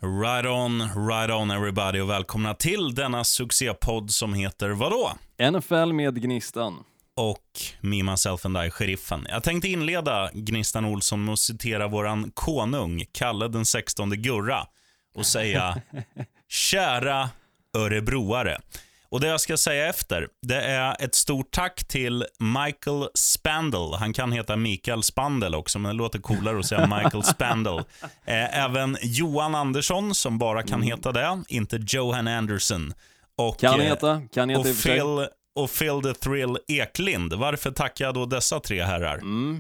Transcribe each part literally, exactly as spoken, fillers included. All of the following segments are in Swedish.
Right on, right on everybody och välkomna till denna succépodd som heter vadå? N F L med Gnistan. Och Me, Myself and I, Sheriffen. Jag tänkte inleda Gnistan Olsson med att citera våran konung, Kalle den sextonde Gurra, och säga kära örebroare. Och det jag ska säga efter, det är ett stort tack till Michael Spandel. Han kan heta Mikael Spandel också, men det låter coolare att säga Michael Spandel. Även Johan Andersson, som bara kan heta det, inte Johan Anderson. Och, kan heta, kan heta och, Phil, och Phil the Thrill Eklind. Varför tackar jag då dessa tre herrar? Mm.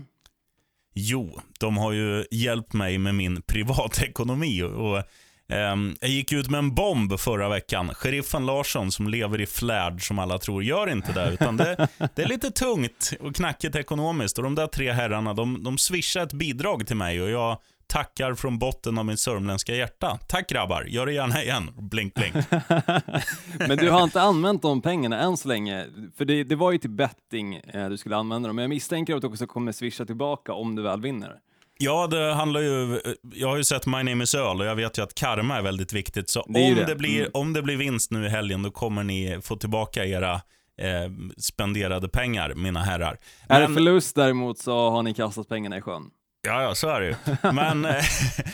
Jo, de har ju hjälpt mig med min privatekonomi och Um, jag gick ut med en bomb förra veckan. Sheriffen Larsson som lever i flärd som alla tror gör inte det, utan det, det är lite tungt och knackigt ekonomiskt. Och de där tre herrarna, de, de swishar ett bidrag till mig och jag tackar från botten av min sörmländska hjärta. Tack grabbar, gör det gärna igen. Blink blink. Men du har inte använt de pengarna än så länge. För det, det var ju till betting eh, du skulle använda dem. Men jag misstänker att du också kommer swisha tillbaka om du väl vinner. Ja, det handlar ju, jag har ju sett My Name is Earl och jag vet ju att karma är väldigt viktigt. Så det om det. det, blir, mm. om det blir vinst nu i helgen, då kommer ni få tillbaka era eh, spenderade pengar, mina herrar. Men, är Men, det förlust däremot så har ni kastat pengarna i sjön. Ja, ja, så är det ju. Men eh,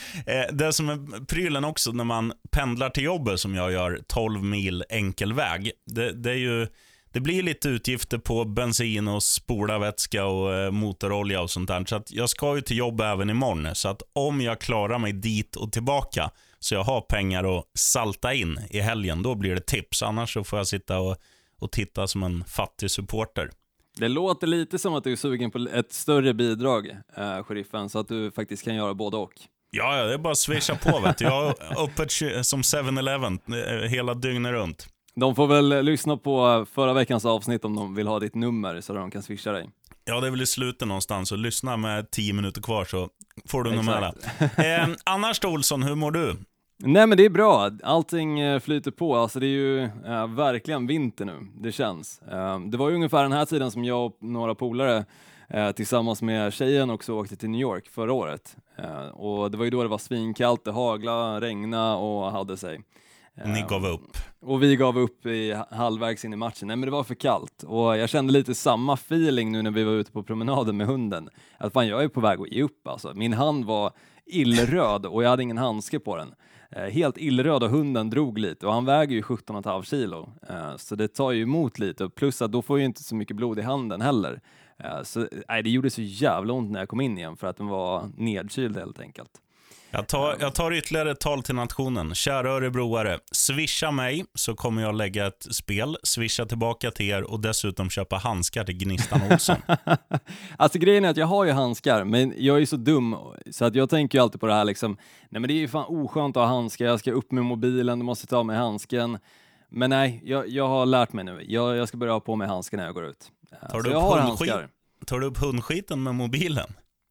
det som är prylen också när man pendlar till jobbet, som jag gör, tolv mil enkel väg, det, det är ju... Det blir lite utgifter på bensin och spolarvätska och eh, motorolja och sånt där. Så att jag ska ju till jobb även imorgon. Så att om jag klarar mig dit och tillbaka så jag har pengar att salta in i helgen, då blir det tips. Annars så får jag sitta och, och titta som en fattig supporter. Det låter lite som att du är sugen på ett större bidrag, eh, sheriffen, så att du faktiskt kan göra både och. Ja, ja, det är bara att swisha på, vet du. Jag är öppet som seven eleven hela dygnet runt. De får väl lyssna på förra veckans avsnitt om de vill ha ditt nummer så att de kan swisha dig. Ja, det är väl i slutet någonstans. Och lyssna med tio minuter kvar så får du nummer. eh, Annars då, Olsson, hur mår du? Nej, men det är bra. Allting flyter på. Alltså det är ju äh, verkligen vinter nu. Det känns. Äh, det var ju ungefär den här tiden som jag och några polare äh, tillsammans med tjejen också åkte till New York förra året. Äh, och det var ju då det var svinkallt, det hagla, regna och hade sig. Ni gav upp. Och vi gav upp i halvvägs in i matchen. Nej, men det var för kallt. Och jag kände lite samma feeling nu när vi var ute på promenaden med hunden. Att fan, jag är på väg att ge upp alltså. Min hand var illröd och jag hade ingen handske på den. Eh, helt illröd och hunden drog lite. Och han väger ju sjutton komma fem kilo. Eh, så det tar ju emot lite. Plus att då får ju inte så mycket blod i handen heller. Eh, så nej, det gjorde så jävla ont när jag kom in igen. För att den var nedkyld helt enkelt. Jag tar, jag tar ytterligare ett tal till nationen. Kära örebroare, swisha mig så kommer jag lägga ett spel, swisha tillbaka till er och dessutom köpa handskar till Gnistan Olsson. Alltså grejen är att jag har ju handskar, men jag är ju så dum så att jag tänker ju alltid på det här liksom, nej men det är ju fan oskönt att ha handskar, jag ska upp med mobilen, du måste ta med handsken. Men nej, jag, jag har lärt mig nu. Jag, jag ska börja ha på mig handsken när jag går ut. Tar du, upp hundskit, tar du upp hundskiten med mobilen?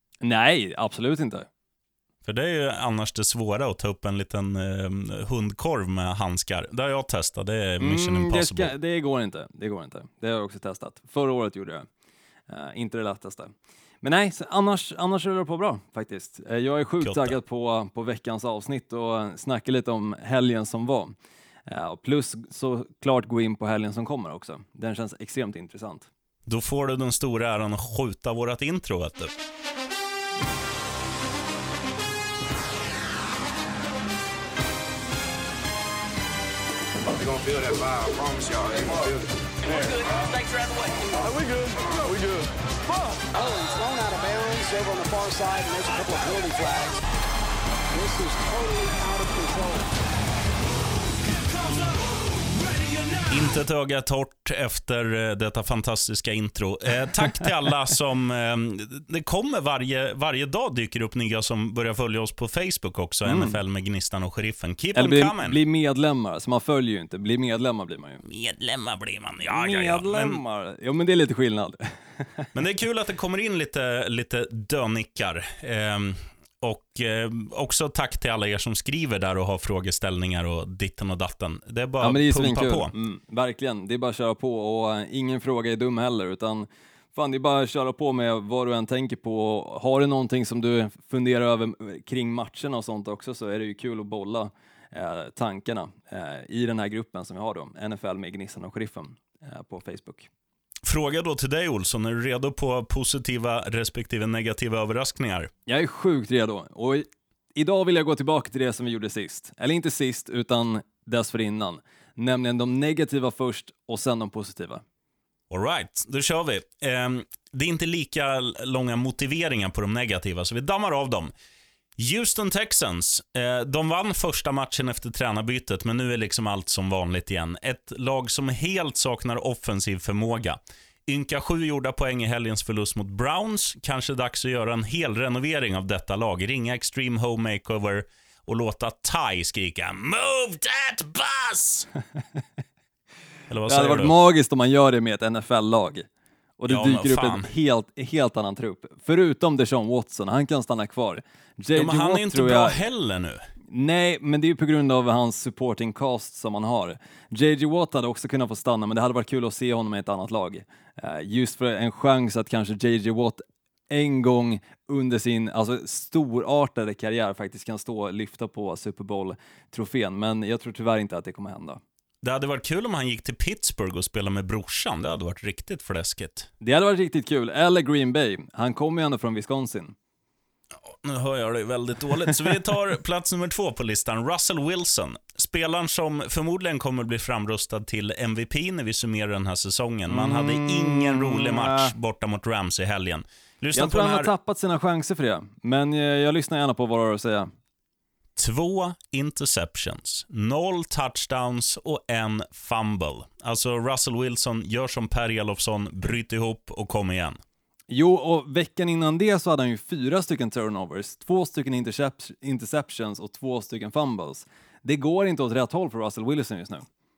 Nej, absolut inte. För det är ju annars det svåra att ta upp en liten eh, hundkorv med handskar. Det har jag testat, det är mission mm, impossible. Det, ska, det går inte, det går inte. Det har jag också testat. Förra året gjorde jag. Uh, inte det lättaste. Men nej, annars, annars rullar det på bra faktiskt. Uh, jag är sjukt Kjotta. taggad på, på veckans avsnitt och snacka lite om helgen som var. Uh, plus såklart gå in på helgen som kommer också. Den känns extremt intressant. Då får du den stora äran att skjuta vårat intro, vet du. They're gonna feel that vibe, I promise y'all. They're gonna feel it. We're good. Snakes are out of the way. Are we good? No, we good. Fuck! Oh, he's thrown out of bounds over on the far side, and there's a couple of penalty flags. This is totally out of control. Inte ett öga torrt efter detta fantastiska intro. Eh, tack till alla som... Eh, det kommer varje, varje dag dyker upp nya som börjar följa oss på Facebook också. Mm. N F L med Gnistan och Sheriffen. Keep Eller on bli, coming. bli medlemmar, så man följer ju inte. Bli medlemmar blir man ju. Medlemmar blir man, ja, ja, ja. Medlemmar. Men, ja, men det är lite skillnad. Men det är kul att det kommer in lite, lite dönickar. Eh, Och eh, också tack till alla er som skriver där och har frågeställningar och ditten och datten. Det är bara ja, men det är pumpa på. Mm, verkligen, det är bara att köra på och uh, ingen fråga är dum heller, utan Fan, det är bara att köra på med vad du än tänker på. Har du någonting som du funderar över kring matcherna och sånt också, så är det ju kul att bolla eh, tankarna eh, i den här gruppen som vi har då, N F L med Gnistan och Sheriffen eh, på Facebook. Fråga då till dig, Olsson, är du redo på positiva respektive negativa överraskningar? Jag är sjukt redo, och i- idag vill jag gå tillbaka till det som vi gjorde sist. Eller inte sist, utan dessförinnan. Nämligen de negativa först och sen de positiva. All right, då kör vi. Eh, det är inte lika långa motiveringar på de negativa, så vi dammar av dem. Houston Texans, eh, de vann första matchen efter tränarbytet, men nu är liksom allt som vanligt igen. Ett lag som helt saknar offensiv förmåga. Ynka sju gjorda poäng i helgens förlust mot Browns. Kanske dags att göra en hel renovering av detta lag. Ringa Extreme Home Makeover och låta Ty skrika "Move that bus!" Eller vad Det hade säger varit du? magiskt om man gör det med ett N F L-lag. Och det Ja, dyker men upp fan. en helt, helt annan trupp. Förutom Deshaun Watson, han kan stanna kvar. J J Ja, men han Watt är inte tror bra jag... heller nu. Nej, men det är ju på grund av hans supporting cast som han har. J J Watt hade också kunnat få stanna, men det hade varit kul att se honom i ett annat lag. Eh, just för en chans att kanske J J Watt en gång under sin alltså, storartade karriär faktiskt kan stå och lyfta på Super Bowl-trofén. Men jag tror tyvärr inte att det kommer hända. Det hade varit kul om han gick till Pittsburgh och spelade med brorsan. Det hade varit riktigt fläskigt. Det hade varit riktigt kul. Eller Green Bay. Han kommer ju ändå från Wisconsin. Nu hör jag det väldigt dåligt. Så vi tar plats nummer två på listan. Russell Wilson. Spelaren som förmodligen kommer bli framrustad till M V P när vi summerar den här säsongen. Man hade ingen rolig match borta mot Rams i helgen. Lyssna Jag på tror den han här. har tappat sina chanser för det. Men jag, jag lyssnar gärna på vad du har att säga. Två interceptions, noll touchdowns och en fumble. Alltså Russell Wilson gör som Per Elofsson, bryter ihop och kommer igen. Jo, och veckan innan det så hade han ju fyra stycken turnovers, två stycken intercep- interceptions och två stycken fumbles. Det går inte åt rätt håll för Russell Wilson just nu.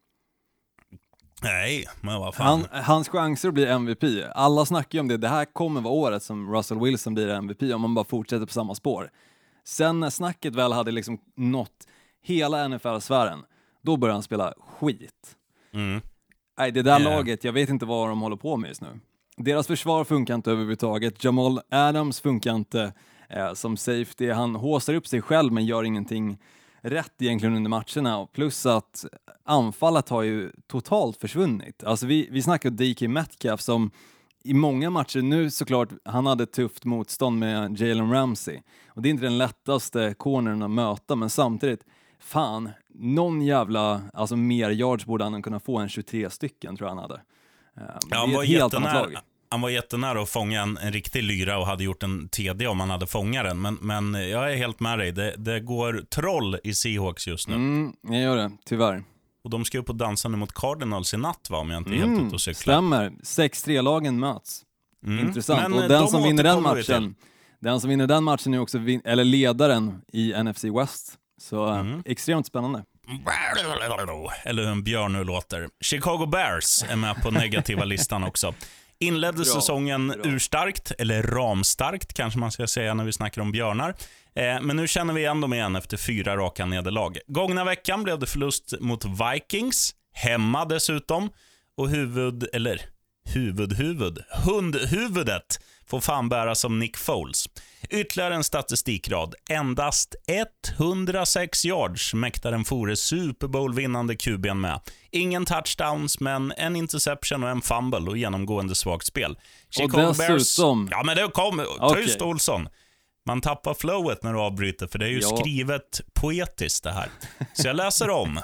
Nej, men vad fan. Han, hans chanser att bli M V P, alla snackar ju om det. Det här kommer vara året som Russell Wilson blir M V P om man bara fortsätter på samma spår. Sen när snacket väl hade liksom nått hela N F L-sfären, då började han spela skit. Mm. Nej, det där Yeah. laget, jag vet inte vad de håller på med just nu. Deras försvar funkar inte överhuvudtaget. Jamal Adams funkar inte eh, som safety. Han håsar upp sig själv men gör ingenting rätt egentligen under matcherna. Plus att anfallet har ju totalt försvunnit. Alltså vi, vi snackar D K Metcalf som i många matcher nu såklart, han hade tufft motstånd med Jalen Ramsey. Och det är inte den lättaste cornern att möta, men samtidigt, fan, någon jävla, alltså mer yards borde han kunna få än tjugotre stycken tror jag han hade. Uh, Ja, han, var jättenära, han var jättenära att fånga en, en riktig lyra och hade gjort en T D om han hade fångat den. Men, men jag är helt med dig. Det, det går troll i Seahawks just nu. Mm, jag gör det, tyvärr. Och de ska ju på dansande mot Cardinals i natt, va? Om jag inte är Mm, helt ute och cyklar. stämmer. sex tre-lagen möts. Mm. Intressant. Men, och eh, den de som vinner den återkommer vi till. matchen, den som vinner den matchen är också vin- eller ledaren i N F C West. Så eh, Mm. extremt spännande. Eller hur en björn nu låter. Chicago Bears är med på negativa listan också. Inledde Bra, säsongen bra. urstarkt, eller ramstarkt kanske man ska säga när vi snackar om björnar. Eh, men nu känner vi igen dem igen efter fyra raka nederlag. Gångna veckan blev det förlust mot Vikings, hemma dessutom. Och huvud, eller huvudhuvud, hundhuvudet får fan bäras av Nick Foles. Ytterligare en statistikrad. Endast etthundrasex yards mäktar den fore Super Bowl-vinnande Q B:n med. Ingen touchdowns, men en interception och en fumble och genomgående svagt spel. Och dessutom... Ja, men det kom... Okej. Tyst, Olsson. Man tappar flowet när du avbryter, för det är ju Ja. skrivet poetiskt det här. Så jag läser om.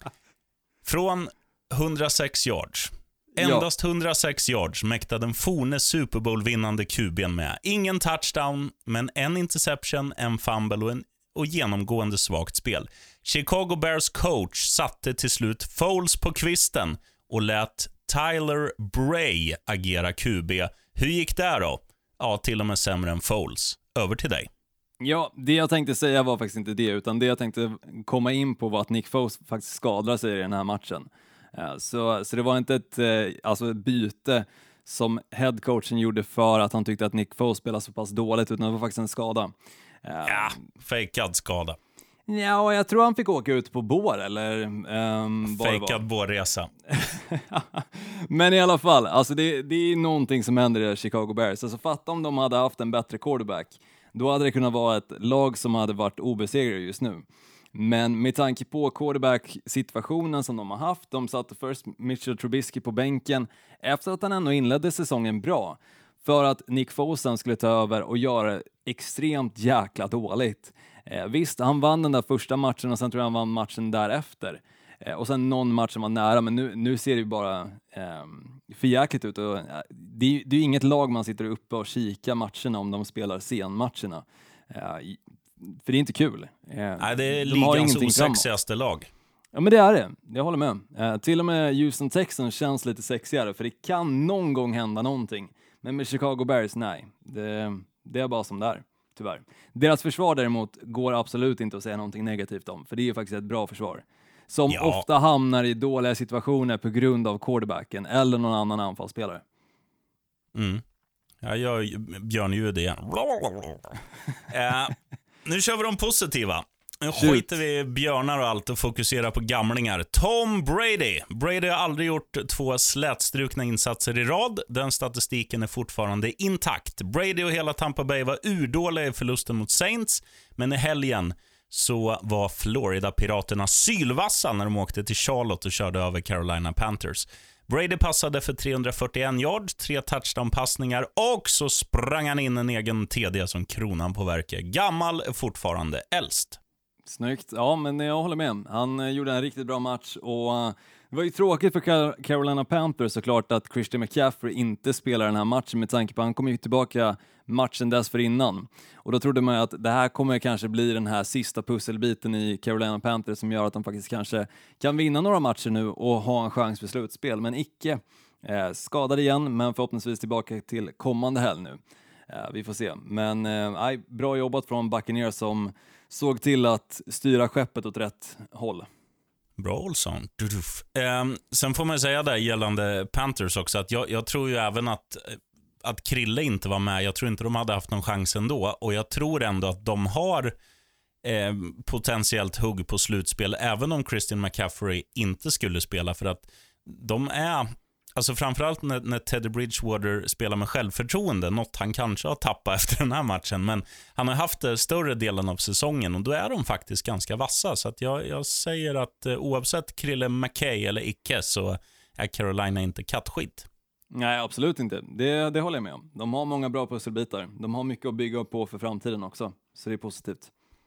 Från hundrasex yards. Endast hundrasex yards mäktade den forne Super Bowl-vinnande Q B:n med. Ingen touchdown, men en interception, en fumble och, en, och genomgående svagt spel. Chicago Bears coach satte till slut Foles på kvisten och lät Tyler Bray agera Q B. Hur gick det då? Ja, till och med sämre än Foles. Över till dig. Ja, det jag tänkte säga var faktiskt inte det, utan det jag tänkte komma in på var att Nick Foles faktiskt skadade sig i den här matchen. Uh, så, så det var inte ett uh, alltså byte som headcoachen gjorde för att han tyckte att Nick Foles spelade så pass dåligt, utan det var faktiskt en skada. Uh, Ja, fejkad skada. Ja, jag tror han fick åka ut på bår eller um, Fejkad bårresa. Men i alla fall, alltså det, det är någonting som händer i Chicago Bears. Alltså fatta om de hade haft en bättre quarterback. Då hade det kunnat vara ett lag som hade varit obesegrade just nu. Men med tanke på quarterback-situationen som de har haft, de satte först Mitchell Trubisky på bänken efter att han ändå inledde säsongen bra. För att Nick Foles skulle ta över och göra extremt jäkla dåligt. Eh, visst, han vann den där första matchen och sen tror jag han vann matchen därefter. Eh, och sen någon match som var nära, men nu, nu ser det ju bara eh, förjäkligt ut. Och, eh, det, är, det är ju inget lag man sitter uppe och kikar matcherna om de spelar senmatcherna. Eh, för det är inte kul. Eh, Nej, det är de ligans osexigaste lag. Ja, men det är det. Jag håller med. Eh, till och med Houston Texans känns lite sexigare, för det kan någon gång hända någonting. Men med Chicago Bears, nej. Det, det är bara som där, tyvärr. Deras försvar däremot går absolut inte att säga någonting negativt om, för det är ju faktiskt ett bra försvar. Som ja. ofta hamnar i dåliga situationer på grund av quarterbacken eller någon annan anfallsspelare. Mm. Ja, jag Björn ju det igen. eh, nu kör vi de positiva. Nu skiter vi i björnar och allt och fokuserar på gamlingar. Tom Brady. Brady har aldrig gjort två slätstrukna insatser i rad. Den statistiken är fortfarande intakt. Brady och hela Tampa Bay var urdåliga i förlusten mot Saints. Men i helgen så var Florida-piraterna sylvassa när de åkte till Charlotte och körde över Carolina Panthers. Brady passade för trehundrafyrtioen yards, tre touchdown-passningar och så sprang han in en egen T D som kronan på verket. Gammal är fortfarande äldst. Snyggt. Ja, men jag håller med. Han uh, gjorde en riktigt bra match och uh, det var ju tråkigt för Car- Carolina Panthers såklart att Christian McCaffrey inte spelar den här matchen med tanke på att han kom ju tillbaka matchen dessförinnan. Och då trodde man ju att det här kommer kanske bli den här sista pusselbiten i Carolina Panthers som gör att de faktiskt kanske kan vinna några matcher nu och ha en chans för slutspel. Men icke. Eh, skadad igen, men förhoppningsvis tillbaka till kommande helg nu. Eh, vi får se. Men eh, bra jobbat från Buccaneers som såg till att styra skeppet åt rätt håll. Bra, Olsson. Eh, sen får man säga där gällande Panthers också att jag, jag tror ju även att, att Krille inte var med. Jag tror inte de hade haft någon chans ändå. Och jag tror ändå att de har eh, potentiellt hugg på slutspel även om Christian McCaffrey inte skulle spela. För att de är... Alltså framförallt när, när Teddy Bridgewater spelar med självförtroende, något han kanske har tappat efter den här matchen, men han har haft det större delen av säsongen och då är de faktiskt ganska vassa. Så att jag, jag säger att eh, oavsett Krille McKay eller icke så är Carolina inte kattskit. Nej, absolut inte. Det, det håller jag med om. De har många bra pusselbitar. De har mycket att bygga på för framtiden också, så det är positivt.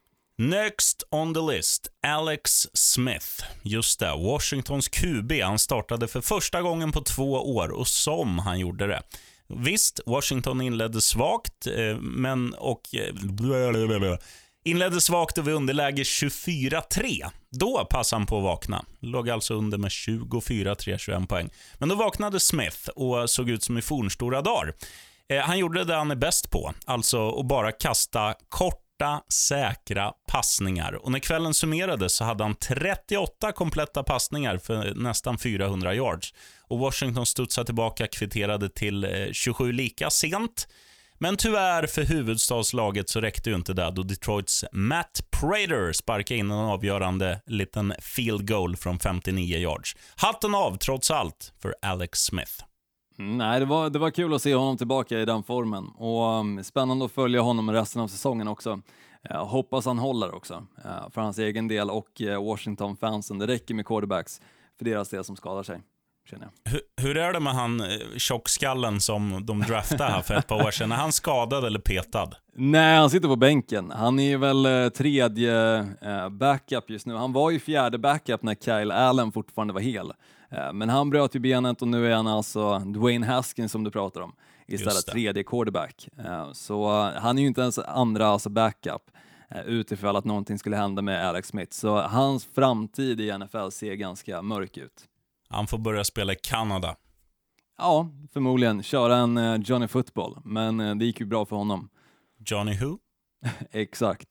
Next on the list, Alex Smith. Just det, Washingtons Q B. Han startade för första gången på två år och som han gjorde det. Visst, Washington inledde svagt, men och blablabla. inledde svagt och vid underläge tjugofyra tre. Då passade han på att vakna. Låg alltså under med tjugofyra tre, tjugoen poäng. Men då vaknade Smith och såg ut som i fornstora dagar. Han gjorde det han är bäst på, alltså att bara kasta kort säkra passningar. Och när kvällen summerades så hade han trettioåtta kompletta passningar för nästan fyrahundra yards. Och Washington studsade tillbaka, kvitterade till tjugosju lika sent. Men tyvärr för huvudstadslaget så räckte ju inte det då Detroits Matt Prater sparkade in en avgörande liten field goal från femtionio yards. Hatten av trots allt för Alex Smith. Nej, det var, det var kul att se honom tillbaka i den formen och um, spännande att följa honom resten av säsongen också. Uh, hoppas han håller också uh, för hans egen del och uh, Washington-fansen. Det räcker med quarterbacks för deras del som skadar sig, känner jag. Hur, hur är det med han uh, tjockskallen som de draftade här för ett par år sedan? Är han skadad eller petad? Nej, han sitter på bänken. Han är väl uh, tredje uh, backup just nu. Han var ju fjärde backup när Kyle Allen fortfarande var hel. Men han bröt ju benet och nu är han alltså Dwayne Haskins som du pratar om. Istället tredje quarterback. Så han är ju inte ens andra alltså backup utifall att någonting skulle hända med Alex Smith. Så hans framtid i N F L ser ganska mörk ut. Han får börja spela i Kanada. Ja, förmodligen. Köra en Johnny Football. Men det gick ju bra för honom. Johnny who? Exakt.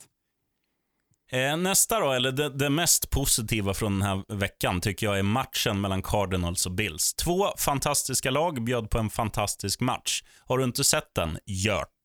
Nästa då, eller det, det mest positiva från den här veckan tycker jag är matchen mellan Cardinals och Bills. Två fantastiska lag bjöd på en fantastisk match. Har du inte sett den? Gjort.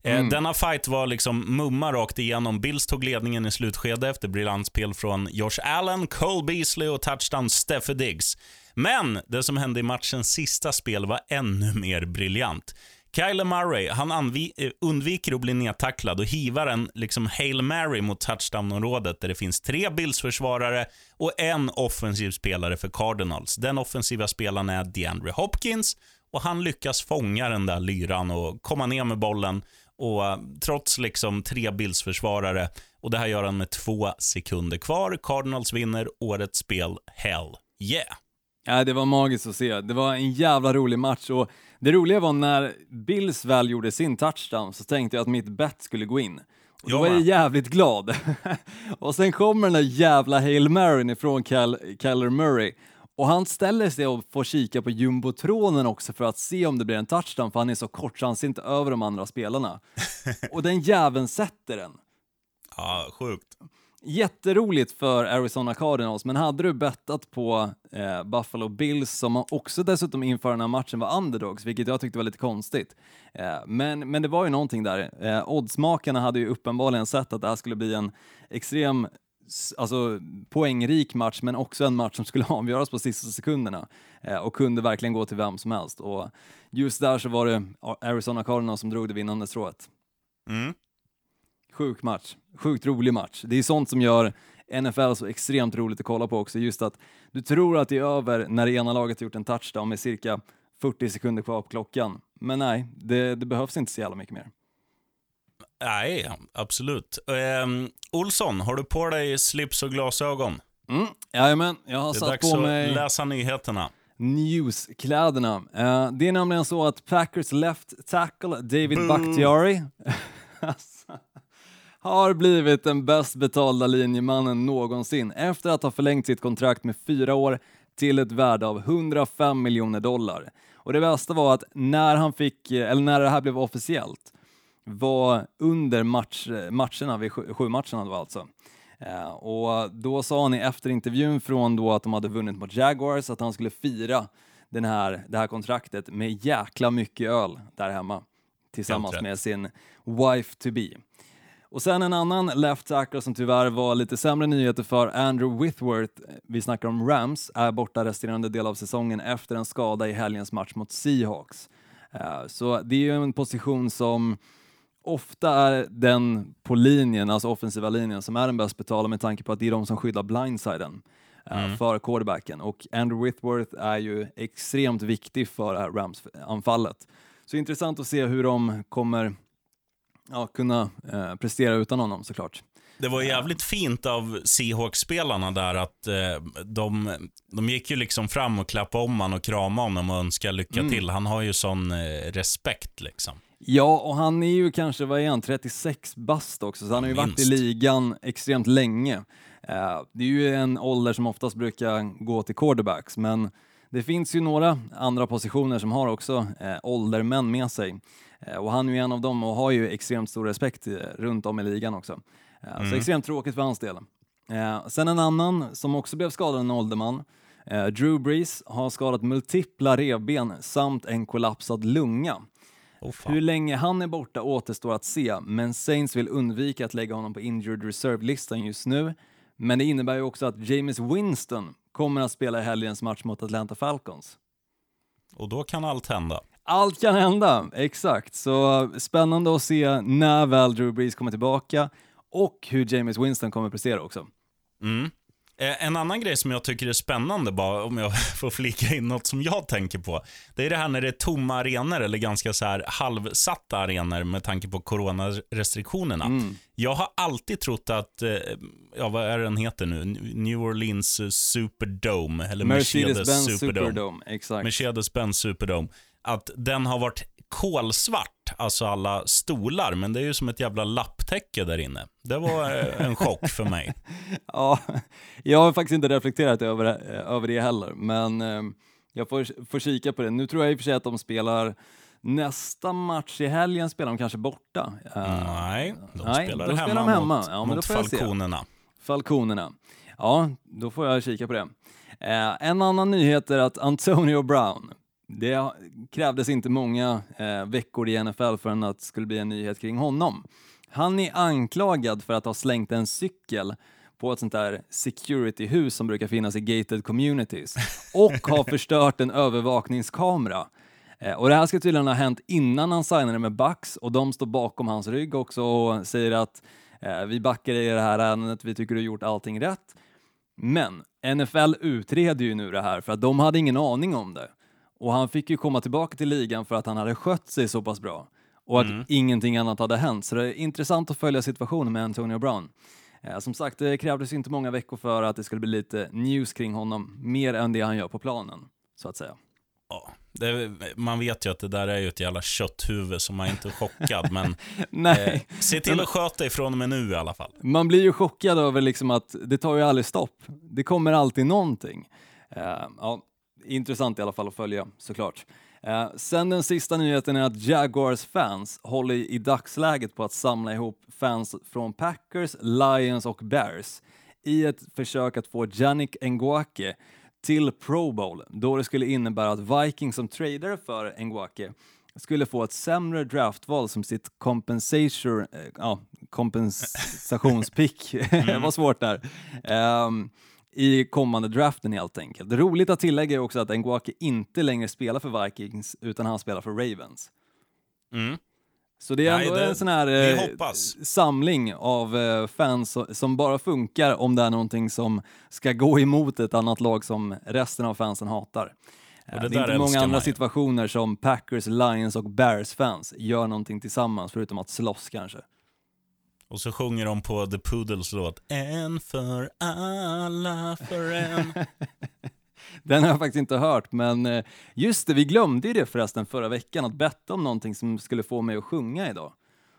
Mm. Denna fight var liksom mumma rakt igenom. Bills tog ledningen i slutskede efter briljantspel från Josh Allen, Cole Beasley och touchdown Stefon Diggs. Men det som hände i matchens sista spel var ännu mer briljant. Kyler Murray, han anvi- undviker att bli nedtacklad och hivar en liksom Hail Mary mot touchdown-området där det finns tre Bills-försvarare och en offensiv spelare för Cardinals. Den offensiva spelaren är DeAndre Hopkins och han lyckas fånga den där lyran och komma ner med bollen och trots liksom tre Bills-försvarare, och det här gör han med två sekunder kvar. Cardinals vinner årets spel. Hell yeah! Ja, det var magiskt att se. Det var en jävla rolig match och det roliga var när Bills väl gjorde sin touchdown så tänkte jag att mitt bet skulle gå in. Och då var jag jävligt glad. Och sen kommer den där jävla Hail Maryn ifrån Cal- Kyler Murray. Och han ställer sig och får kika på jumbotronen också för att se om det blir en touchdown, för han är så kort så han ser inte över de andra spelarna. Och den jäveln sätter den. Ja, sjukt. Jätteroligt för Arizona Cardinals, men hade du bettat på eh, Buffalo Bills, som också dessutom inför den här matchen var underdogs, vilket jag tyckte var lite konstigt. Eh, men, men det var ju någonting där. Eh, oddsmakarna hade ju uppenbarligen sett att det här skulle bli en extrem, alltså poängrik match, men också en match som skulle avgöras på sista sekunderna eh, och kunde verkligen gå till vem som helst. Och just där så var det Arizona Cardinals som drog det vinnande strået. Mm. Sjuk match. Sjukt rolig match. Det är sånt som gör N F L så extremt roligt att kolla på också. Just att du tror att det är över när det ena laget har gjort en touchdown med cirka fyrtio sekunder kvar på klockan. Men nej, det, det behövs inte så jävla mycket mer. Nej, absolut. Um, Olsson, har du på dig slips och glasögon? Mm, jajamän, jag har det är satt dags på mig att läsa nyheterna. Newskläderna. Uh, det är nämligen så att Packers left tackle David Boo. Bakhtiari har blivit den bäst betalda linjemannen någonsin efter att ha förlängt sitt kontrakt med fyra år till ett värde av hundrafem miljoner dollar. Och det bästa var att när han fick, eller när det här blev officiellt, var under match, matcherna, vid sju, sju matcherna då alltså. Uh, och då sa han i efterintervjun från då att de hade vunnit mot Jaguars att han skulle fira den här, det här kontraktet med jäkla mycket öl där hemma tillsammans med sin wife to be. Och sen en annan left tackle som tyvärr var lite sämre nyheter för, Andrew Whitworth, vi snackar om Rams, är borta resterande del av säsongen efter en skada i helgens match mot Seahawks. Uh, så det är ju en position som ofta är den på linjen, alltså offensiva linjen, som är den bäst betalda med tanke på att det är de som skyddar blindsiden uh, mm. för quarterbacken. Och Andrew Whitworth är ju extremt viktig för uh, Rams-anfallet. Så intressant att se hur de kommer ja, kunna uh, prestera utan honom såklart. Det var jävligt fint av Seahawks-spelarna där att eh, de, de gick ju liksom fram och klappade om han och kramade honom och önskade lycka mm. till. Han har ju sån eh, respekt liksom. Ja, och han är ju kanske, vad är han, trettiosex bast också, så han har ju Minst. varit i ligan extremt länge. Uh, det är ju en ålder som oftast brukar gå till quarterbacks, men det finns ju några andra positioner som har också uh, åldermän med sig. Uh, och han är ju en av dem och har ju extremt stor respekt uh, runt om i ligan också. Uh, mm. Så extremt tråkigt för hans del. Uh, sen en annan som också blev skadad, en ålderman. Uh, Drew Brees har skadat multipla revben samt en kollapsad lunga. Oh, hur länge han är borta återstår att se, men Saints vill undvika att lägga honom på injured reserve-listan just nu. Men det innebär ju också att Jameis Winston kommer att spela i helgens match mot Atlanta Falcons. Och då kan allt hända. Allt kan hända, exakt. Så spännande att se när väl Drew Brees kommer tillbaka och hur Jameis Winston kommer att prestera också. Mm. En annan grej som jag tycker är spännande, bara om jag får flika in något som jag tänker på, det är det här när det är tomma arenor eller ganska så här halvsatta arenor med tanke på coronarestriktionerna. Mm. Jag har alltid trott att, ja vad är den heter nu, New Orleans Superdome eller Mercedes-Benz Mercedes Superdome, Superdome, exakt. Mercedes-Benz Superdome, att den har varit kolsvart, alltså alla stolar, men det är ju som ett jävla lapptäcke där inne. Det var en chock för mig. Ja, jag har faktiskt inte reflekterat över, över det heller, men eh, jag får, får kika på det. Nu tror jag i och för sig att de spelar nästa match i helgen, spelar de kanske borta. Uh, nej, de nej, spelar då hemma, spelar de hemma. mot, ja, mot Falconerna. Falconerna. Ja, då får jag kika på det. Eh, en annan nyhet är att Antonio Brown, det krävdes inte många eh, veckor i N F L förrän att det skulle bli en nyhet kring honom. Han är anklagad för att ha slängt en cykel på ett sånt där security-hus som brukar finnas i gated communities och har förstört en övervakningskamera. Eh, och det här ska tydligen ha hänt innan han signade med Bucks, och de står bakom hans rygg också och säger att eh, vi backar i det här ärendet, vi tycker du har gjort allting rätt. Men N F L utreder ju nu det här för att de hade ingen aning om det. Och han fick ju komma tillbaka till ligan för att han hade skött sig så pass bra. Och att mm. ingenting annat hade hänt. Så det är intressant att följa situationen med Antonio Brown. Eh, som sagt, det krävdes inte många veckor för att det skulle bli lite news kring honom. Mer än det han gör på planen, så att säga. Ja, det, man vet ju att det där är ju ett jävla kötthuvud som man inte är chockad. Men Nej. Eh, se till att sköta ifrån och med nu i alla fall. Man blir ju chockad över liksom att det tar ju aldrig stopp. Det kommer alltid någonting. Eh, ja, intressant i alla fall att följa, såklart. Eh, sen den sista nyheten är att Jaguars fans håller i dagsläget på att samla ihop fans från Packers, Lions och Bears i ett försök att få Yannick Ngakoue till Pro Bowl, då det skulle innebära att Vikings som trader för Ngakoue skulle få ett sämre draftval som sitt compensation, eh, ja, kompensationspick. Mm. Det var svårt där. Um, i kommande draften helt enkelt. Det roligt att tillägga är också att Ngakoue inte längre spelar för Vikings utan han spelar för Ravens. Mm. Så det är Nej, ändå det, en sån här eh, samling av eh, fans som bara funkar om det är någonting som ska gå emot ett annat lag som resten av fansen hatar. Det, det är inte många andra situationer som Packers, Lions och Bears fans gör någonting tillsammans förutom att slåss kanske. Och så sjunger de på The Poodles låt En för alla för en. Den har jag faktiskt inte hört, men just det, vi glömde ju det förresten förra veckan att betta om någonting som skulle få mig att sjunga idag.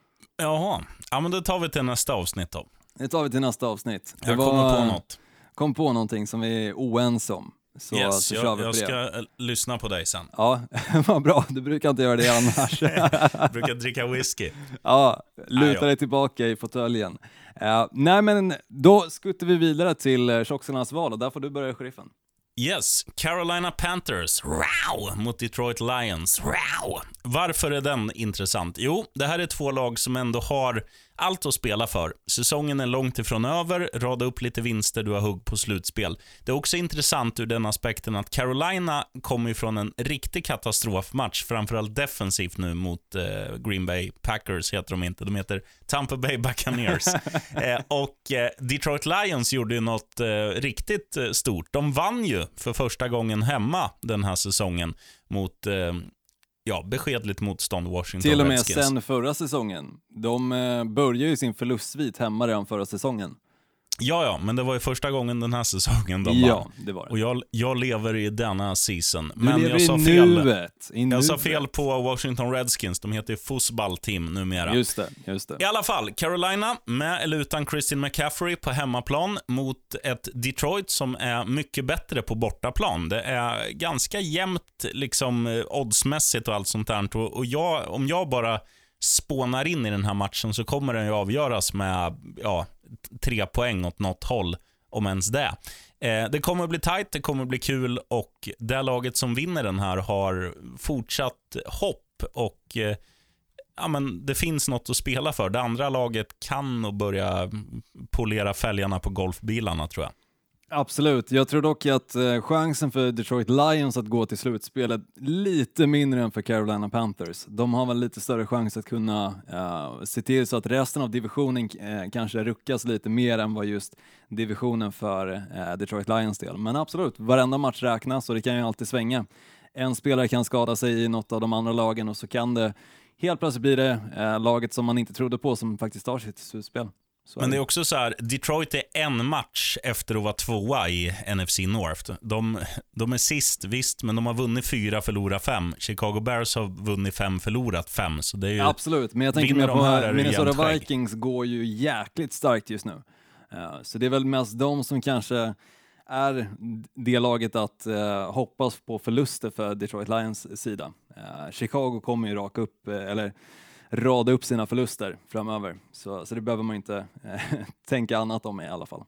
Jaha, ja men det tar vi till nästa avsnitt då. Det tar vi till nästa avsnitt. Det jag var, kommer på något. Kom på någonting som vi är oense om. Så, yes, så jag, vi jag på ska det. lyssna på dig sen. Ja, vad bra. Du brukar inte göra det annars. Jag brukar dricka whisky. Ja, luta ah, dig tillbaka i fåtöljen. Uh, nej, men då skuttar vi vidare till uh, Tjocksarnas val och där får du börja, sheriffen. Yes, Carolina Panthers, wow, mot Detroit Lions, wow. Varför är den intressant? Jo, det här är två lag som ändå har allt att spela för. Säsongen är långt ifrån över, rada upp lite vinster, du har hugg på slutspel. Det är också intressant ur den aspekten att Carolina kommer ifrån en riktig katastrofmatch, framförallt defensivt nu mot eh, Green Bay Packers heter de inte, de heter Tampa Bay Buccaneers. eh, och eh, Detroit Lions gjorde ju något eh, riktigt eh, stort. De vann ju för första gången hemma den här säsongen mot eh, ja, beskedligt motstånd Washington Till och med Redskins. sen förra säsongen. De eh, började ju sin förlustsvit hemma redan förra säsongen. Ja, ja, men det var ju första gången den här säsongen de ja, vann. Det var det. Och jag, jag lever i denna season. Du men lever jag sa i fel. nuet. I jag nuet. sa fel på Washington Redskins. De heter ju Football Team numera. Just det, just det. I alla fall, Carolina med eller utan Christian McCaffrey på hemmaplan mot ett Detroit som är mycket bättre på bortaplan. Det är ganska jämnt liksom oddsmässigt och allt sånt där. Och jag, om jag bara spånar in i den här matchen så kommer den ju avgöras med ja, tre poäng åt något håll, om ens det. Eh, det kommer att bli tight, det kommer att bli kul och det laget som vinner den här har fortsatt hopp och eh, ja, men det finns något att spela för. Det andra laget kan nog börja polera fälgarna på golfbilarna, tror jag. Absolut. Jag tror dock att eh, chansen för Detroit Lions att gå till slutspelet lite mindre än för Carolina Panthers. De har väl lite större chans att kunna eh, se till så att resten av divisionen eh, kanske ruckas lite mer än vad just divisionen för eh, Detroit Lions del. Men absolut, varenda match räknas och det kan ju alltid svänga. En spelare kan skada sig i något av de andra lagen och så kan det helt plötsligt bli det eh, laget som man inte trodde på som faktiskt tar sitt slutspel. Så men det är också så här, Detroit är en match efter att vara tvåa i N F C North. De, de är sist, visst, men de har vunnit fyra, förlorat fem. Chicago Bears har vunnit fem, förlorat fem. Så det är ju, absolut, men jag tänker mer på Minnesota Vikings går ju jäkligt starkt just nu. Uh, så det är väl mest de som kanske är det laget att uh, hoppas på förluster för Detroit Lions sida. Uh, Chicago kommer ju raka upp, uh, eller rada upp sina förluster framöver. Så, så det behöver man inte eh, tänka annat om i alla fall.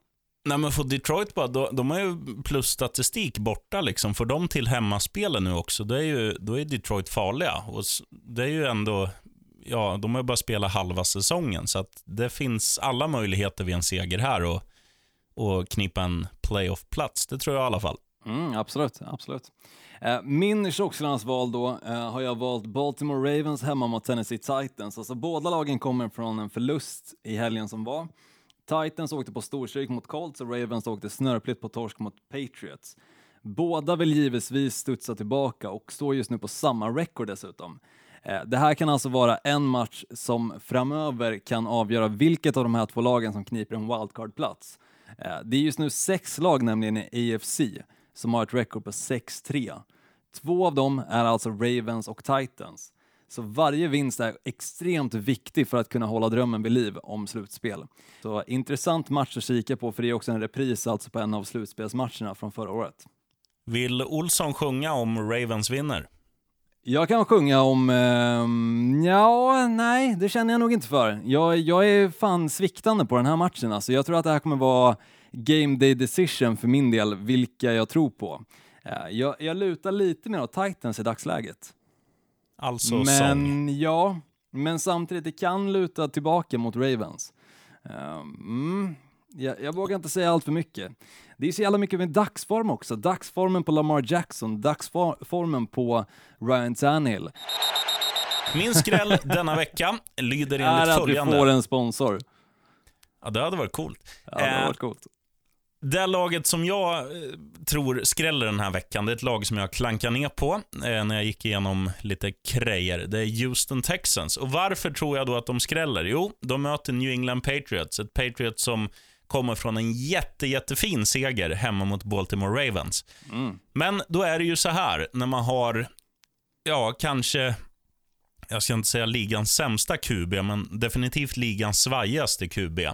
Nej, men för Detroit bara, då, de har ju plusstatistik borta liksom. Får de till hemmaspelen nu också, då är, ju, då är Detroit farliga. Och det är ju ändå, ja, de har ju bara spelat halva säsongen. Så att det finns alla möjligheter vid en seger här och, och knipa en playoff-plats. Det tror jag i alla fall. Mm, absolut, absolut. Eh, min tjockslansval då eh, har jag valt Baltimore Ravens hemma mot Tennessee Titans. Alltså båda lagen kommer från en förlust i helgen som var. Titans åkte på storstryk mot Colts och Ravens åkte snörpligt på torsk mot Patriots. Båda vill givetvis studsa tillbaka och står just nu på samma record dessutom. Eh, det här kan alltså vara en match som framöver kan avgöra vilket av de här två lagen som kniper en wildcard-plats. Eh, det är just nu sex lag nämligen i A F C som har ett record på sex tre. Två av dem är alltså Ravens och Titans. Så varje vinst är extremt viktig för att kunna hålla drömmen vid liv om slutspel. Så intressant match att kika på, för det är också en repris alltså på en av slutspelsmatcherna från förra året. Vill Olsson sjunga om Ravens vinner? Jag kan sjunga om... Eh, ja, nej, det känner jag nog inte för. Jag, jag är fan sviktande på den här matchen. Alltså. Jag tror att det här kommer vara game day decision för min del, vilka jag tror på. Eh, jag, jag lutar lite mer åt Titans i dagsläget. Alltså men sång. ja, men samtidigt det kan luta tillbaka mot Ravens. Um, jag, jag vågar inte säga allt för mycket. Det är så jävla mycket med dagsform också. Dagsformen på Lamar Jackson, dagsformen på Ryan Tannehill. Min skräll denna vecka lyder enligt är att följande. vi får en sponsor. Ja, det hade varit coolt. Ja, det hade varit coolt. Det laget som jag eh, tror skräller den här veckan, det är ett lag som jag klankar ner på eh, när jag gick igenom lite krejer. Det är Houston Texans. Och varför tror jag då att de skräller? Jo, de möter New England Patriots. Ett Patriots som kommer från en jätte, jättefin seger hemma mot Baltimore Ravens. Mm. Men då är det ju så här, när man har, ja, kanske, jag ska inte säga ligans sämsta Q B, men definitivt ligans svajigaste Q B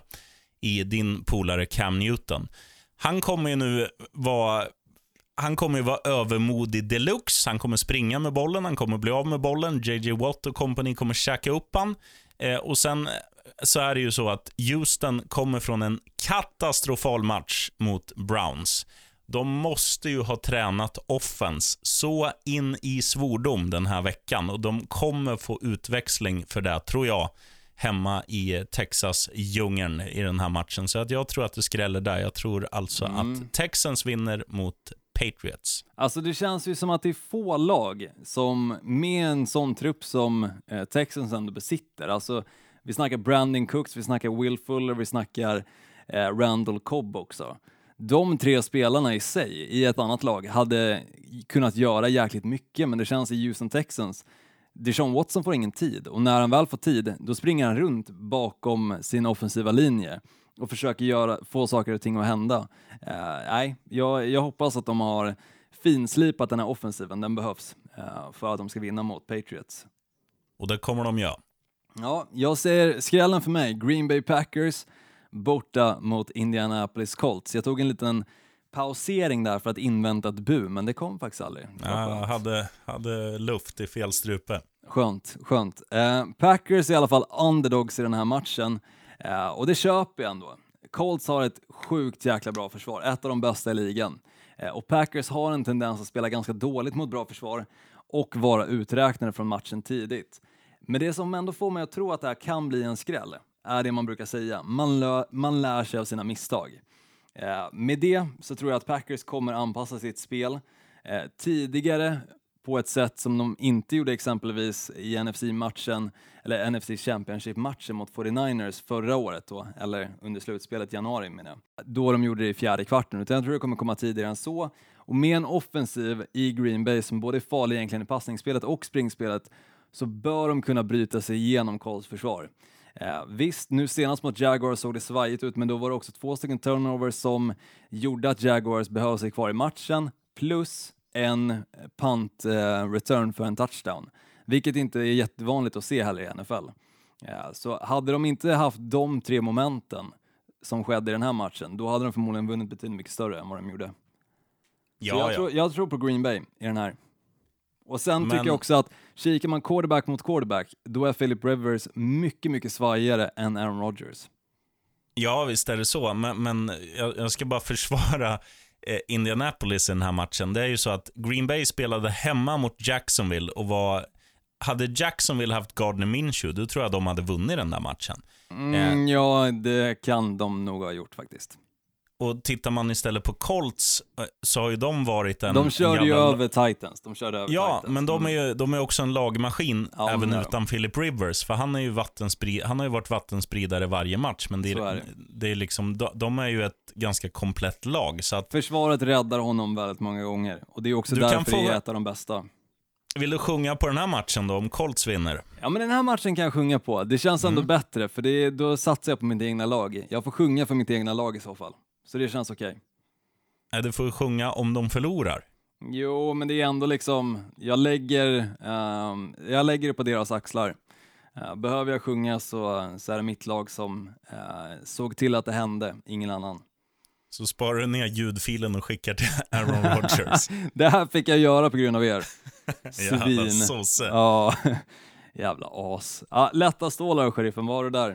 i din polare Cam Newton. Han kommer ju nu vara han kommer ju vara övermodig deluxe. Han kommer springa med bollen, han kommer bli av med bollen. J J Watt och company kommer käka upp han. Eh, och sen så är det ju så att Houston kommer från en katastrofal match mot Browns. De måste ju ha tränat offense så in i svordom den här veckan. Och de kommer få utväxling för det, tror jag, hemma i Texas-djungeln i den här matchen. Så att jag tror att det skräller där. Jag tror alltså mm. att Texans vinner mot Patriots. Alltså det känns ju som att det är få lag som med en sån trupp som eh, Texans ändå besitter. Alltså vi snackar Brandon Cooks, vi snackar Will Fuller, vi snackar eh, Randall Cobb också. De tre spelarna i sig i ett annat lag hade kunnat göra jäkligt mycket, men det känns i Houston Texans. Deshaun Watson får ingen tid, och när han väl får tid då springer han runt bakom sin offensiva linje och försöker göra, få saker och ting att hända. Uh, nej, jag, jag hoppas att de har finslipat den här offensiven, den behövs uh, för att de ska vinna mot Patriots. Och det kommer de göra. Ja, jag ser skrällen för mig, Green Bay Packers borta mot Indianapolis Colts. Jag tog en liten pausering där för att invänta ett bu, men det kom faktiskt aldrig. Ja, hade, hade luft i fel strupe. Skönt, skönt. Eh, Packers är i alla fall underdogs i den här matchen. Eh, och det köper jag ändå. Colts har ett sjukt jäkla bra försvar. Ett av de bästa i ligan. Eh, och Packers har en tendens att spela ganska dåligt mot bra försvar och vara uträknade från matchen tidigt. Men det som ändå får mig att tro att det här kan bli en skräll är det man brukar säga. Man, lö- man lär sig av sina misstag. Eh, med det så tror jag att Packers kommer anpassa sitt spel eh, tidigare på ett sätt som de inte gjorde exempelvis i N F C-matchen eller N F C Championship-matchen mot fyrtionioers förra året då, eller under slutspelet i januari menar jag. Då de gjorde det i fjärde kvarten, utan jag tror det kommer komma tidigare än så. Och med en offensiv i Green Bay som både är farlig egentligen i passningsspelet och springspelet, så bör de kunna bryta sig igenom Colts försvar. Eh, visst, nu senast mot Jaguars såg det svajigt ut, men då var det också två stycken turnovers som gjorde att Jaguars behöll sig kvar i matchen, plus en punt eh, return för en touchdown, vilket inte är jättevanligt att se heller i N F L. Eh, så hade de inte haft de tre momenten som skedde i den här matchen, då hade de förmodligen vunnit betydligt mycket större än vad de gjorde. Ja, jag, ja. Tror, jag tror på Green Bay i den här. Och sen Men... tycker jag också att kikar man quarterback mot quarterback, då är Philip Rivers mycket, mycket svajigare än Aaron Rodgers. Ja, visst är det så. Men, men jag, jag ska bara försvara eh, Indianapolis i den här matchen. Det är ju så att Green Bay spelade hemma mot Jacksonville och var... Hade Jacksonville haft Gardner Minshew, då tror jag de hade vunnit den där matchen. Mm, ja, det kan de nog ha gjort faktiskt. Och tittar man istället på Colts så har ju de varit en... De körde en ju jävla... över Titans. De körde över ja, Titans. men de är ju de är också en lagmaskin Ja, även men utan Philip Rivers. För han, är ju vattensprid... han har ju varit vattenspridare varje match. Men det är, är det. det är liksom, de, de är ju ett ganska komplett lag. Så att... Försvaret räddar honom väldigt många gånger. Och det är också Du därför kan få... det är ett av de bästa. Vill du sjunga på den här matchen då, om Colts vinner? Ja, men den här matchen kan jag sjunga på. Det känns ändå Mm. bättre, för det, då satsar jag på mitt egna lag. Jag får sjunga för mitt egna lag i så fall. Så det känns okej. Nej, du får sjunga om de förlorar. Jo, men det är ändå liksom, jag lägger, um, jag lägger det på deras axlar. Uh, behöver jag sjunga så, så är det mitt lag som uh, såg till att det hände, ingen annan. Så sparar du ner ljudfilen och skickar till Aaron Rodgers. Det här fick jag göra på grund av er. Jävla Svin. sosse. Ja, jävla as. Ja, lätta stålar, sheriffen, var du där?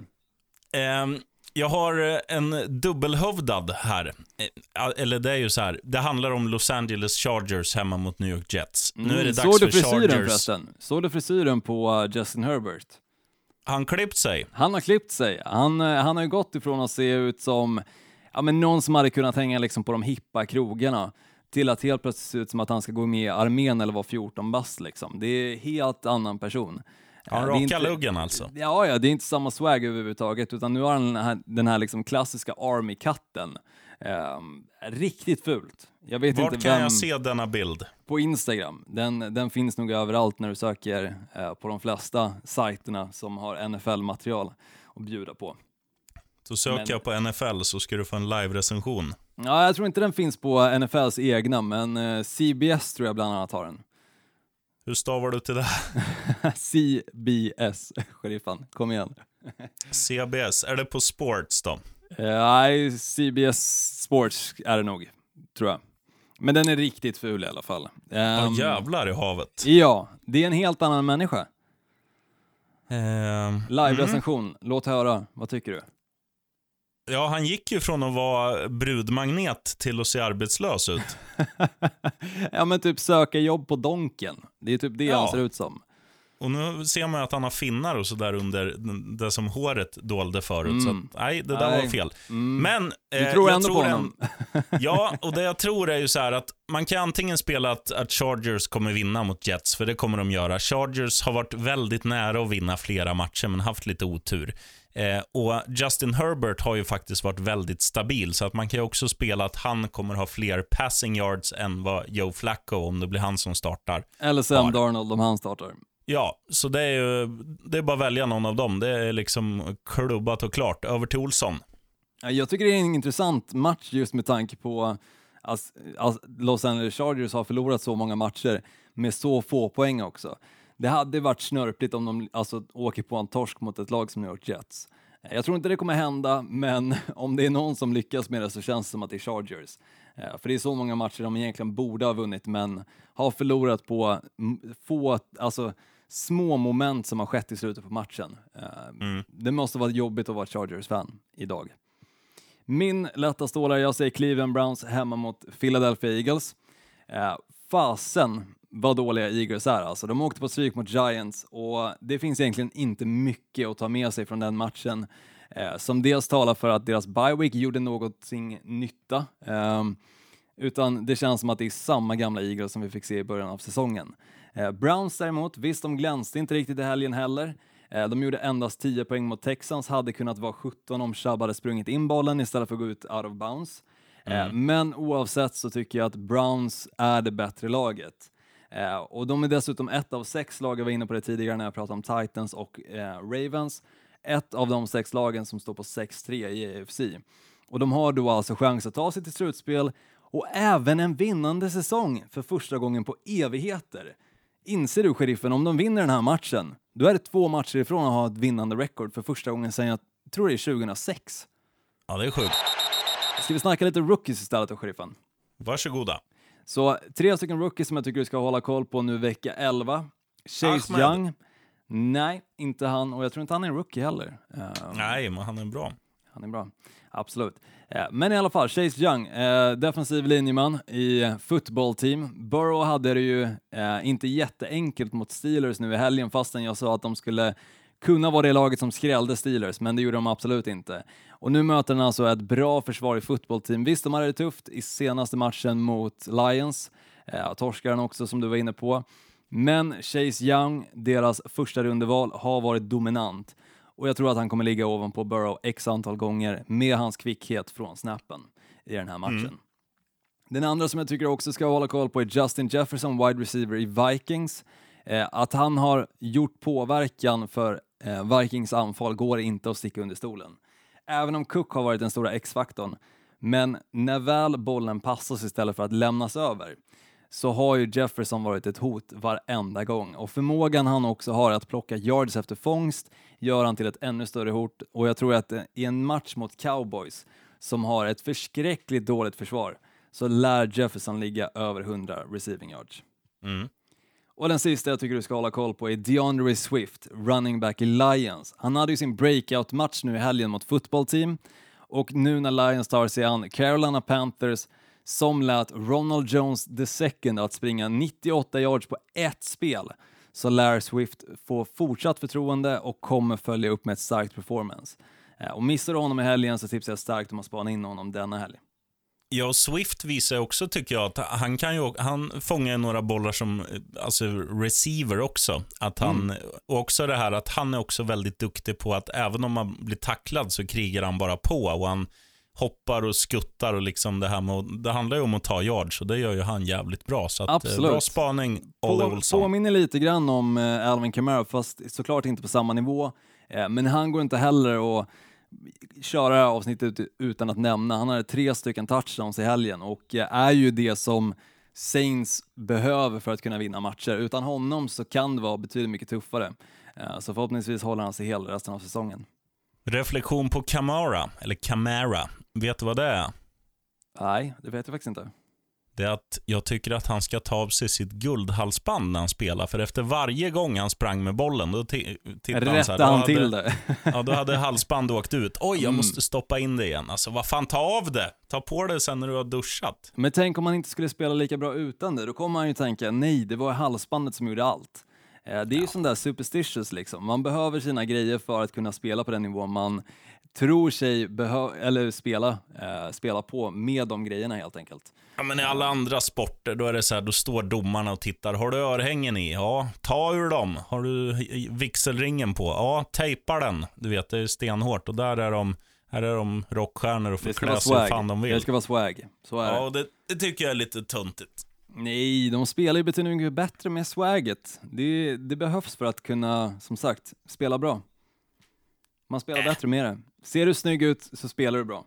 Um, jag har en dubbelhövdad här. Eh, Eller det är ju så här. Det handlar om Los Angeles Chargers hemma mot New York Jets. Mm. Nu är det Såg dags du för frisyren Chargers. förresten? Såg du frisyren på uh, Justin Herbert? Han klippt sig. Han har klippt sig. Han, uh, han har ju gått ifrån att se ut som ja, men någon som hade kunnat hänga liksom på de hippa krogarna till att helt plötsligt se ut som att han ska gå med i armén eller vara fjorton bast liksom. Det är helt annan person. Han Det är rakar inte- luggen alltså. Ja, ja, det är inte samma swag överhuvudtaget, utan nu har han den här, den här liksom klassiska army-katten. Ehm, riktigt fult. Jag vet Vart inte kan vem jag se denna bild? på Instagram. Den, den finns nog överallt när du söker eh, på de flesta sajterna som har N F L-material att bjuda på. Så söker Men- jag på N F L så ska du få en live-recension. Ja, jag tror inte den finns på N F Ls egna, men eh, C B S tror jag bland annat har den. Hur stavar du till det? C B S, sheriffen. Kom igen. C B S, är det på sports då? Eh, Nej, C B S Sports är det nog, tror jag. Men den är riktigt ful i alla fall. Ja, Ehm, jävlar i havet. ja, det är en helt annan människa. Ehm, Live-recension, låt höra. Vad tycker du? Ja, han gick ju från att vara brudmagnet till att se arbetslös ut. Ja, men typ söka jobb på Donken. Det är typ det Ja. han ser ut som. Och nu ser man ju att han har finnar och så där under det som håret dolde förut. Mm. Så att, nej, det där Nej. var fel. Mm. Men Du eh, tror jag ändå på honom. En, ja, och det jag tror är ju så här att man kan antingen spela att, att Chargers kommer vinna mot Jets, för det kommer de göra. Chargers har varit väldigt nära att vinna flera matcher men haft lite otur. Eh, och Justin Herbert har ju faktiskt varit väldigt stabil, så att man kan ju också spela att han kommer ha fler passing yards än vad Joe Flacco, om det blir han som startar. Eller Sam Har. Darnold om han startar. Ja, så det är ju det är bara att välja någon av dem. Det är liksom klubbat och klart. Över till Olsson. Ja, jag tycker det är en intressant match just med tanke på att att Los Angeles Chargers har förlorat så många matcher med så få poäng också. Det hade varit snörpligt om de alltså åker på en torsk mot ett lag som New York Jets. Jag tror inte det kommer hända, men om det är någon som lyckas med det så känns det som att det är Chargers. För det är så många matcher de egentligen borde ha vunnit, men har förlorat på få, alltså små moment som har skett i slutet på matchen. Mm. Det måste vara jobbigt att vara Chargers-fan idag. Min lätta stålare, jag säger Cleveland Browns hemma mot Philadelphia Eagles. Eh, fasen vad dåliga Eagles är alltså. De åkte på stryk mot Giants och det finns egentligen inte mycket att ta med sig från den matchen. Eh, som dels talar för att deras bye week gjorde någonting nytta. Eh, utan det känns som att det är samma gamla Eagles som vi fick se i början av säsongen. Eh, Browns däremot, visst de glänste inte riktigt i helgen heller. De gjorde endast tio poäng mot Texans, hade kunnat vara sjutton om Chubb hade sprungit in bollen istället för att gå ut out of bounds. Mm. Men oavsett så tycker jag att Browns är det bättre laget. Och de är dessutom ett av sex lag, jag var inne på det tidigare när jag pratade om Titans och Ravens. Ett av de sex lagen som står på sex tre i A F C. Och de har då alltså chans att ta sig till slutspel och även en vinnande säsong för första gången på evigheter. Inser du, sheriffen, om de vinner den här matchen, då är det två matcher ifrån att ha ett vinnande rekord för första gången sedan, jag tror det är tjugohundrasex. Ja, det är sjukt. Ska vi snacka lite rookies istället då, sheriffen? Varsågoda. Så tre stycken rookies som jag tycker du ska hålla koll på nu vecka elva. Chase Ahmed. Young. Nej, inte han. Och jag tror inte han är en rookie heller. Uh, Nej, men han är bra. Han är bra. Absolut. Eh, men i alla fall, Chase Young, eh, defensiv linjeman i footballteam. Burrow hade det ju eh, inte jätteenkelt mot Steelers nu i helgen, fastän jag sa att de skulle kunna vara det laget som skrällde Steelers, men det gjorde de absolut inte. Och nu möter den alltså ett bra försvar i footballteam. Visst, de hade det tufft i senaste matchen mot Lions. Eh, torskaren också, som du var inne på. Men Chase Young, deras första rundeval, har varit dominant. Och jag tror att han kommer ligga ovanpå Burrow x antal gånger med hans kvickhet från snappen i den här matchen. Mm. Den andra som jag tycker också ska hålla koll på är Justin Jefferson, wide receiver i Vikings. Eh, att han har gjort påverkan för eh, Vikings anfall går inte att sticka under stolen. Även om Cook har varit den stora X-faktorn. Men när väl bollen passas istället för att lämnas över, så har ju Jefferson varit ett hot varenda gång. Och förmågan han också har att plocka yards efter fångst gör han till ett ännu större hot. Och jag tror att i en match mot Cowboys, som har ett förskräckligt dåligt försvar, så lär Jefferson ligga över hundra receiving yards. Mm. Och den sista jag tycker du ska hålla koll på är DeAndre Swift, running back i Lions. Han hade ju sin breakout-match nu i helgen mot footballteam. Och nu när Lions tar sig an Carolina Panthers, som lät Ronald Jones the second att springa nittioåtta yards på ett spel, så lär Swift få fortsatt förtroende och kommer följa upp med ett starkt performance. Och missar du honom i helgen så tipsar jag starkt om att spana in honom denna helg. Ja, och Swift visar också, tycker jag, att han kan ju, han fångar några bollar som alltså receiver också. Att han, mm. Och också det här att han är också väldigt duktig på att även om man blir tacklad så krigar han bara på, och han hoppar och skuttar och liksom det här med, det handlar ju om att ta yards, och det gör ju han jävligt bra. Så att, absolut. Bra spaning, Olle Olsson. Påminner lite grann om eh, Alvin Kamara, fast såklart inte på samma nivå. Eh, men han går inte heller att köra avsnittet utan att nämna. Han hade tre stycken touchdowns i helgen och eh, är ju det som Saints behöver för att kunna vinna matcher. Utan honom så kan det vara betydligt mycket tuffare. Eh, så förhoppningsvis håller han sig hel resten av säsongen. Reflektion på Kamara, eller Kamara. Vet du vad det är? Nej, det vet jag faktiskt inte. Det är att jag tycker att han ska ta av sig sitt guldhalsband när han spelar. För efter varje gång han sprang med bollen, då t- tittade han så här. Då han hade, till det. Ja, då hade halsband åkt ut. Oj, jag mm. måste stoppa in det igen. Alltså, vad fan, ta av det. Ta på det sen när du har duschat. Men tänk om han inte skulle spela lika bra utan det. Då kommer han ju tänka, nej, det var halsbandet som gjorde allt. Det är ju ja. sån där superstitious liksom. Man behöver sina grejer för att kunna spela på den nivån man tror sig behö- eller spela, eh, spela på med de grejerna helt enkelt. Ja, men i alla andra sporter då är det så här, då står domarna och tittar. Har du örhängen i? Ja, ta ur dem. Har du vigselringen på? Ja, tejpa den. Du vet, det är stenhårt, och där är de, här är de rockstjärnor och får klä sig hur fan de vill. Det ska vara swag. Så är ja, det. det, det tycker jag är lite tuntigt. Nej, de spelar ju betydligt mycket bättre med swaget. Det, det behövs för att kunna, som sagt, spela bra. Man spelar äh. bättre med det. Ser du snygg ut så spelar du bra.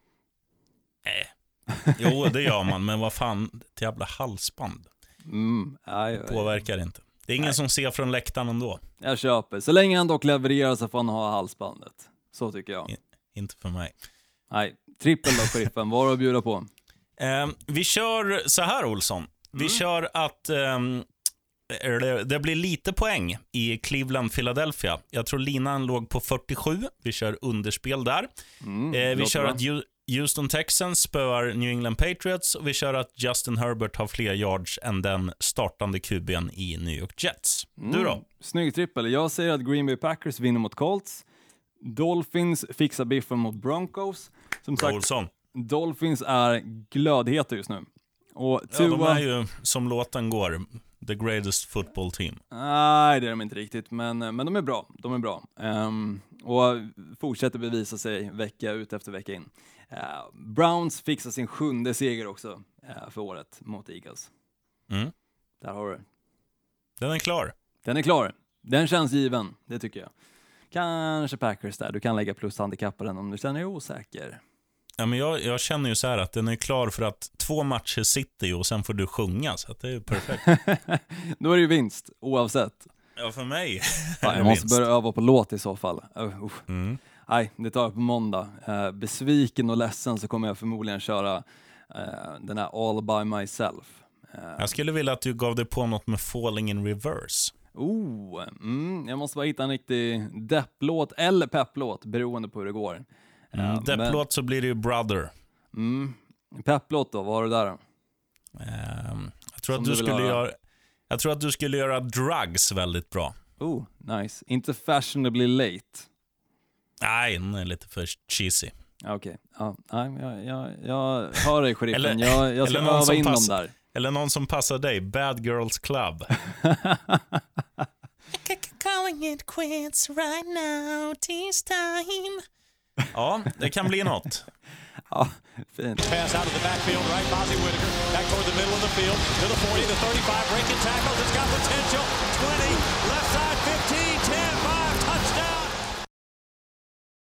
Nej. Jo, det gör man, men vad fan, ett jävla halsband. Mm, aj, aj. Påverkar inte. Det är ingen aj. som ser från läktaren ändå. Jag köper. Så länge han dock levererar så får han ha halsbandet. Så tycker jag. I, inte för mig. Nej, trippel då, sheriffen. Vad har du att bjuda på? Eh, vi kör så här, Olsson. Vi mm. kör att eh, det, det blir lite poäng i Cleveland-Philadelphia. Jag tror linan låg på fyrtiosju. Vi kör underspel där. Mm, eh, vi kör bra. Att Ju- Houston Texans spöar New England Patriots, och vi kör att Justin Herbert har fler yards än den startande Q B:n i New York Jets. Mm. Du då? Snygg trippel. Jag säger att Green Bay Packers vinner mot Colts. Dolphins fixar biffen mot Broncos. Som sagt, Olsson. Dolphins är glödheta just nu. Och Tua... Ja, de är ju, som låten går, the greatest football team. Nej, det är de inte riktigt, men, men de är bra. De är bra. Um, och fortsätter bevisa sig vecka ut efter vecka in. Uh, Browns fixar sin sjunde seger också uh, för året mot Eagles. Mm. Där har du. Den är klar. Den är klar. Den känns given, det tycker jag. Kanske Packers där. Du kan lägga plus handikapparen om du känner dig osäker. Ja, men jag, jag känner ju så här att den är klar för att två matcher sitter ju och sen får du sjunga, så att det är ju perfekt. Då är det ju vinst, oavsett. Ja, för mig. Ja, jag måste börja öva på låt i så fall. Uh, uh. Mm. Nej, det tar jag på måndag. Uh, besviken och ledsen så kommer jag förmodligen köra uh, den här All by myself. Uh, jag skulle vilja att du gav dig på något med Falling in Reverse. Oh, mm, jag måste bara hitta en riktig depplåt eller pepplåt beroende på hur det går. Mm, Depplåt så blir det ju Brother. Mm. Pepplåt då, vad har du där då? Um, jag, tror Som att du du vill skulle höra. göra, jag tror att du skulle göra Drugs väldigt bra. Oh, nice. Inte Fashionably Late. Nej, den är lite för cheesy. Okej, okay. ja, nej, jag, jag, jag hör dig, sheriffen. Eller- jag, jag ska eller någon öva som in pass- dem där. Eller någon som passar dig, Bad Girls Club. Calling it quits right now, tis time. Ja, det kan bli något. Ja, fint. Pass out of the backfield, right? Bozzy Whitaker back toward the middle of the field to the forty, the thirty-five, breaking tackles. It's got potential.